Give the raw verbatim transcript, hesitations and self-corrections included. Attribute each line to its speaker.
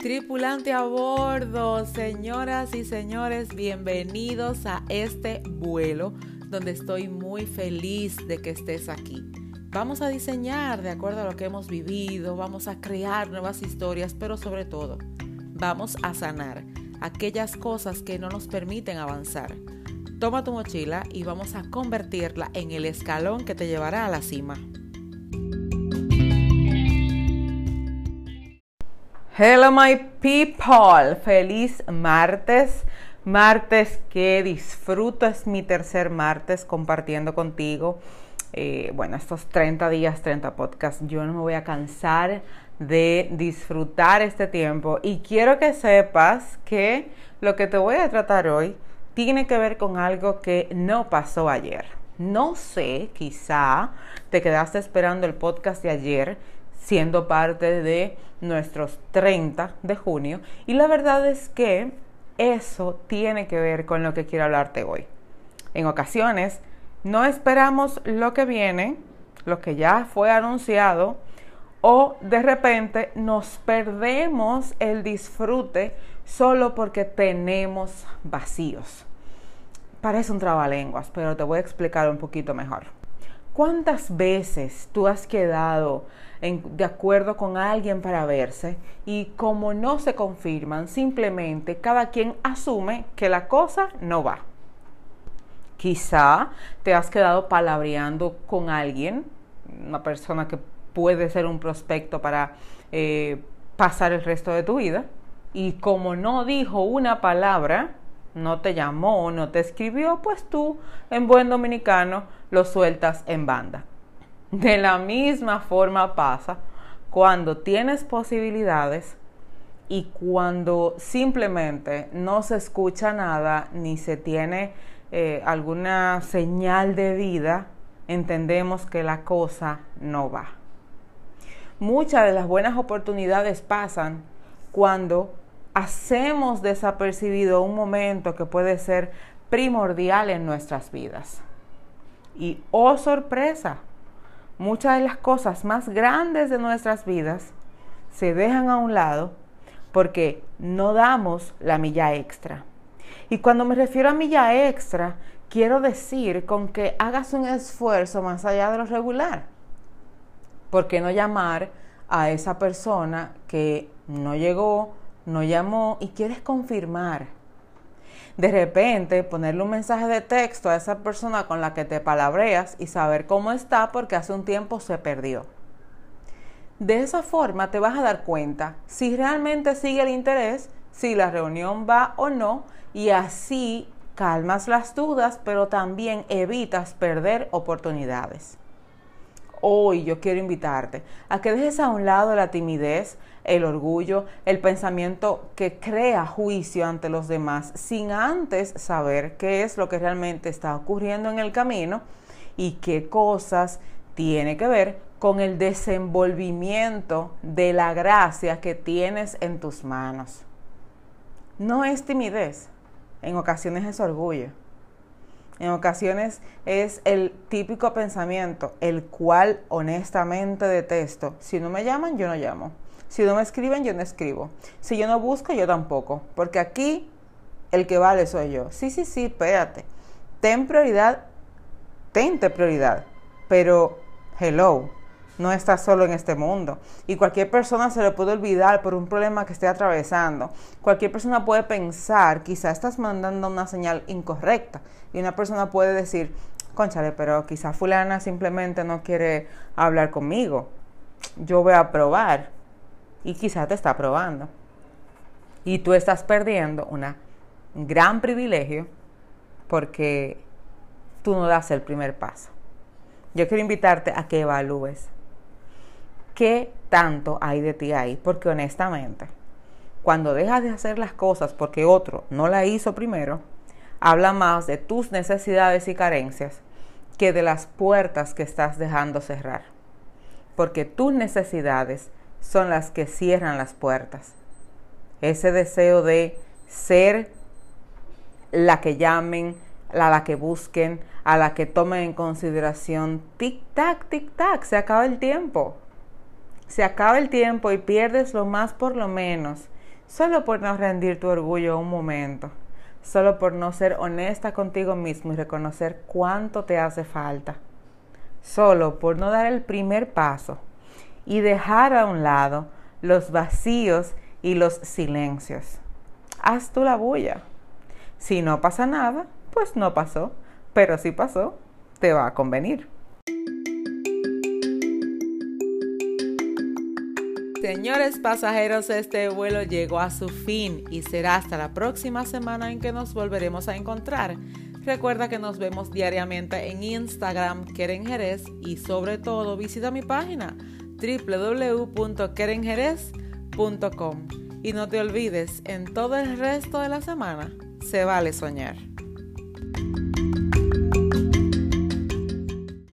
Speaker 1: Tripulante a bordo, señoras y señores, bienvenidos a este vuelo donde estoy muy feliz de que estés aquí. Vamos a diseñar de acuerdo a lo que hemos vivido, vamos a crear nuevas historias, pero sobre todo, vamos a sanar aquellas cosas que no nos permiten avanzar. Toma tu mochila y vamos a convertirla en el escalón que te llevará a la cima. Hello my people, feliz martes, martes que disfruto, es mi tercer martes compartiendo contigo, eh, bueno, estos treinta días, treinta podcasts, yo no me voy a cansar de disfrutar este tiempo y quiero que sepas que lo que te voy a tratar hoy tiene que ver con algo que no pasó ayer. No sé, quizá te quedaste esperando el podcast de ayer, siendo parte de nuestros treinta de junio, y la verdad es que eso tiene que ver con lo que quiero hablarte hoy. En ocasiones no esperamos lo que viene, lo que ya fue anunciado, o de repente nos perdemos el disfrute solo porque tenemos vacíos. Parece un trabalenguas, pero te voy a explicar un poquito mejor. ¿Cuántas veces tú has quedado en, de acuerdo con alguien para verse y como no se confirman, simplemente cada quien asume que la cosa no va? Quizá te has quedado palabreando con alguien, una persona que puede ser un prospecto para eh, pasar el resto de tu vida, y como no dijo una palabra, no te llamó, no te escribió, pues tú, en buen dominicano, lo sueltas en banda. De la misma forma pasa cuando tienes posibilidades y cuando simplemente no se escucha nada ni se tiene eh, alguna señal de vida, entendemos que la cosa no va. Muchas de las buenas oportunidades pasan cuando hacemos desapercibido un momento que puede ser primordial en nuestras vidas. Y oh sorpresa, muchas de las cosas más grandes de nuestras vidas se dejan a un lado porque no damos la milla extra. Y cuando me refiero a milla extra, quiero decir con que hagas un esfuerzo más allá de lo regular. ¿Por qué no llamar a esa persona que no llegó, no llamó y quieres confirmar? De repente ponerle un mensaje de texto a esa persona con la que te palabreas y saber cómo está porque hace un tiempo se perdió. De esa forma te vas a dar cuenta si realmente sigue el interés, si la reunión va o no, y así calmas las dudas, pero también evitas perder oportunidades. Hoy yo quiero invitarte a que dejes a un lado la timidez, el orgullo, el pensamiento que crea juicio ante los demás sin antes saber qué es lo que realmente está ocurriendo en el camino y qué cosas tiene que ver con el desenvolvimiento de la gracia que tienes en tus manos. No es timidez, en ocasiones es orgullo. En ocasiones es el típico pensamiento, el cual honestamente detesto. Si no me llaman, yo no llamo. Si no me escriben, yo no escribo. Si yo no busco, yo tampoco. Porque aquí el que vale soy yo. Sí, sí, sí, espérate. Ten prioridad, tente prioridad. Pero, hello, no estás solo en este mundo. Y cualquier persona se le puede olvidar por un problema que esté atravesando. Cualquier persona puede pensar, quizás estás mandando una señal incorrecta. Y una persona puede decir, cónchale, pero quizás fulana simplemente no quiere hablar conmigo. Yo voy a probar. Y quizás te está probando. Y tú estás perdiendo un gran privilegio porque tú no das el primer paso. Yo quiero invitarte a que evalúes qué tanto hay de ti ahí, porque honestamente, cuando dejas de hacer las cosas porque otro no la hizo primero, habla más de tus necesidades y carencias que de las puertas que estás dejando cerrar, porque tus necesidades son las que cierran las puertas. Ese deseo de ser la que llamen, a la que busquen, a la que tomen en consideración, tic-tac, tic-tac, se acaba el tiempo. Se acaba el tiempo y pierdes lo más por lo menos solo por no rendir tu orgullo un momento, solo por no ser honesta contigo mismo y reconocer cuánto te hace falta, solo por no dar el primer paso y dejar a un lado los vacíos y los silencios. Haz tú la bulla. Si no pasa nada, pues no pasó, pero si pasó, te va a convenir. Señores pasajeros, este vuelo llegó a su fin y será hasta la próxima semana en que nos volveremos a encontrar. Recuerda que nos vemos diariamente en Instagram, Keren Jerez, y sobre todo visita mi página doble u doble u doble u punto keren jerez punto com. Y no te olvides, en todo el resto de la semana, se vale soñar.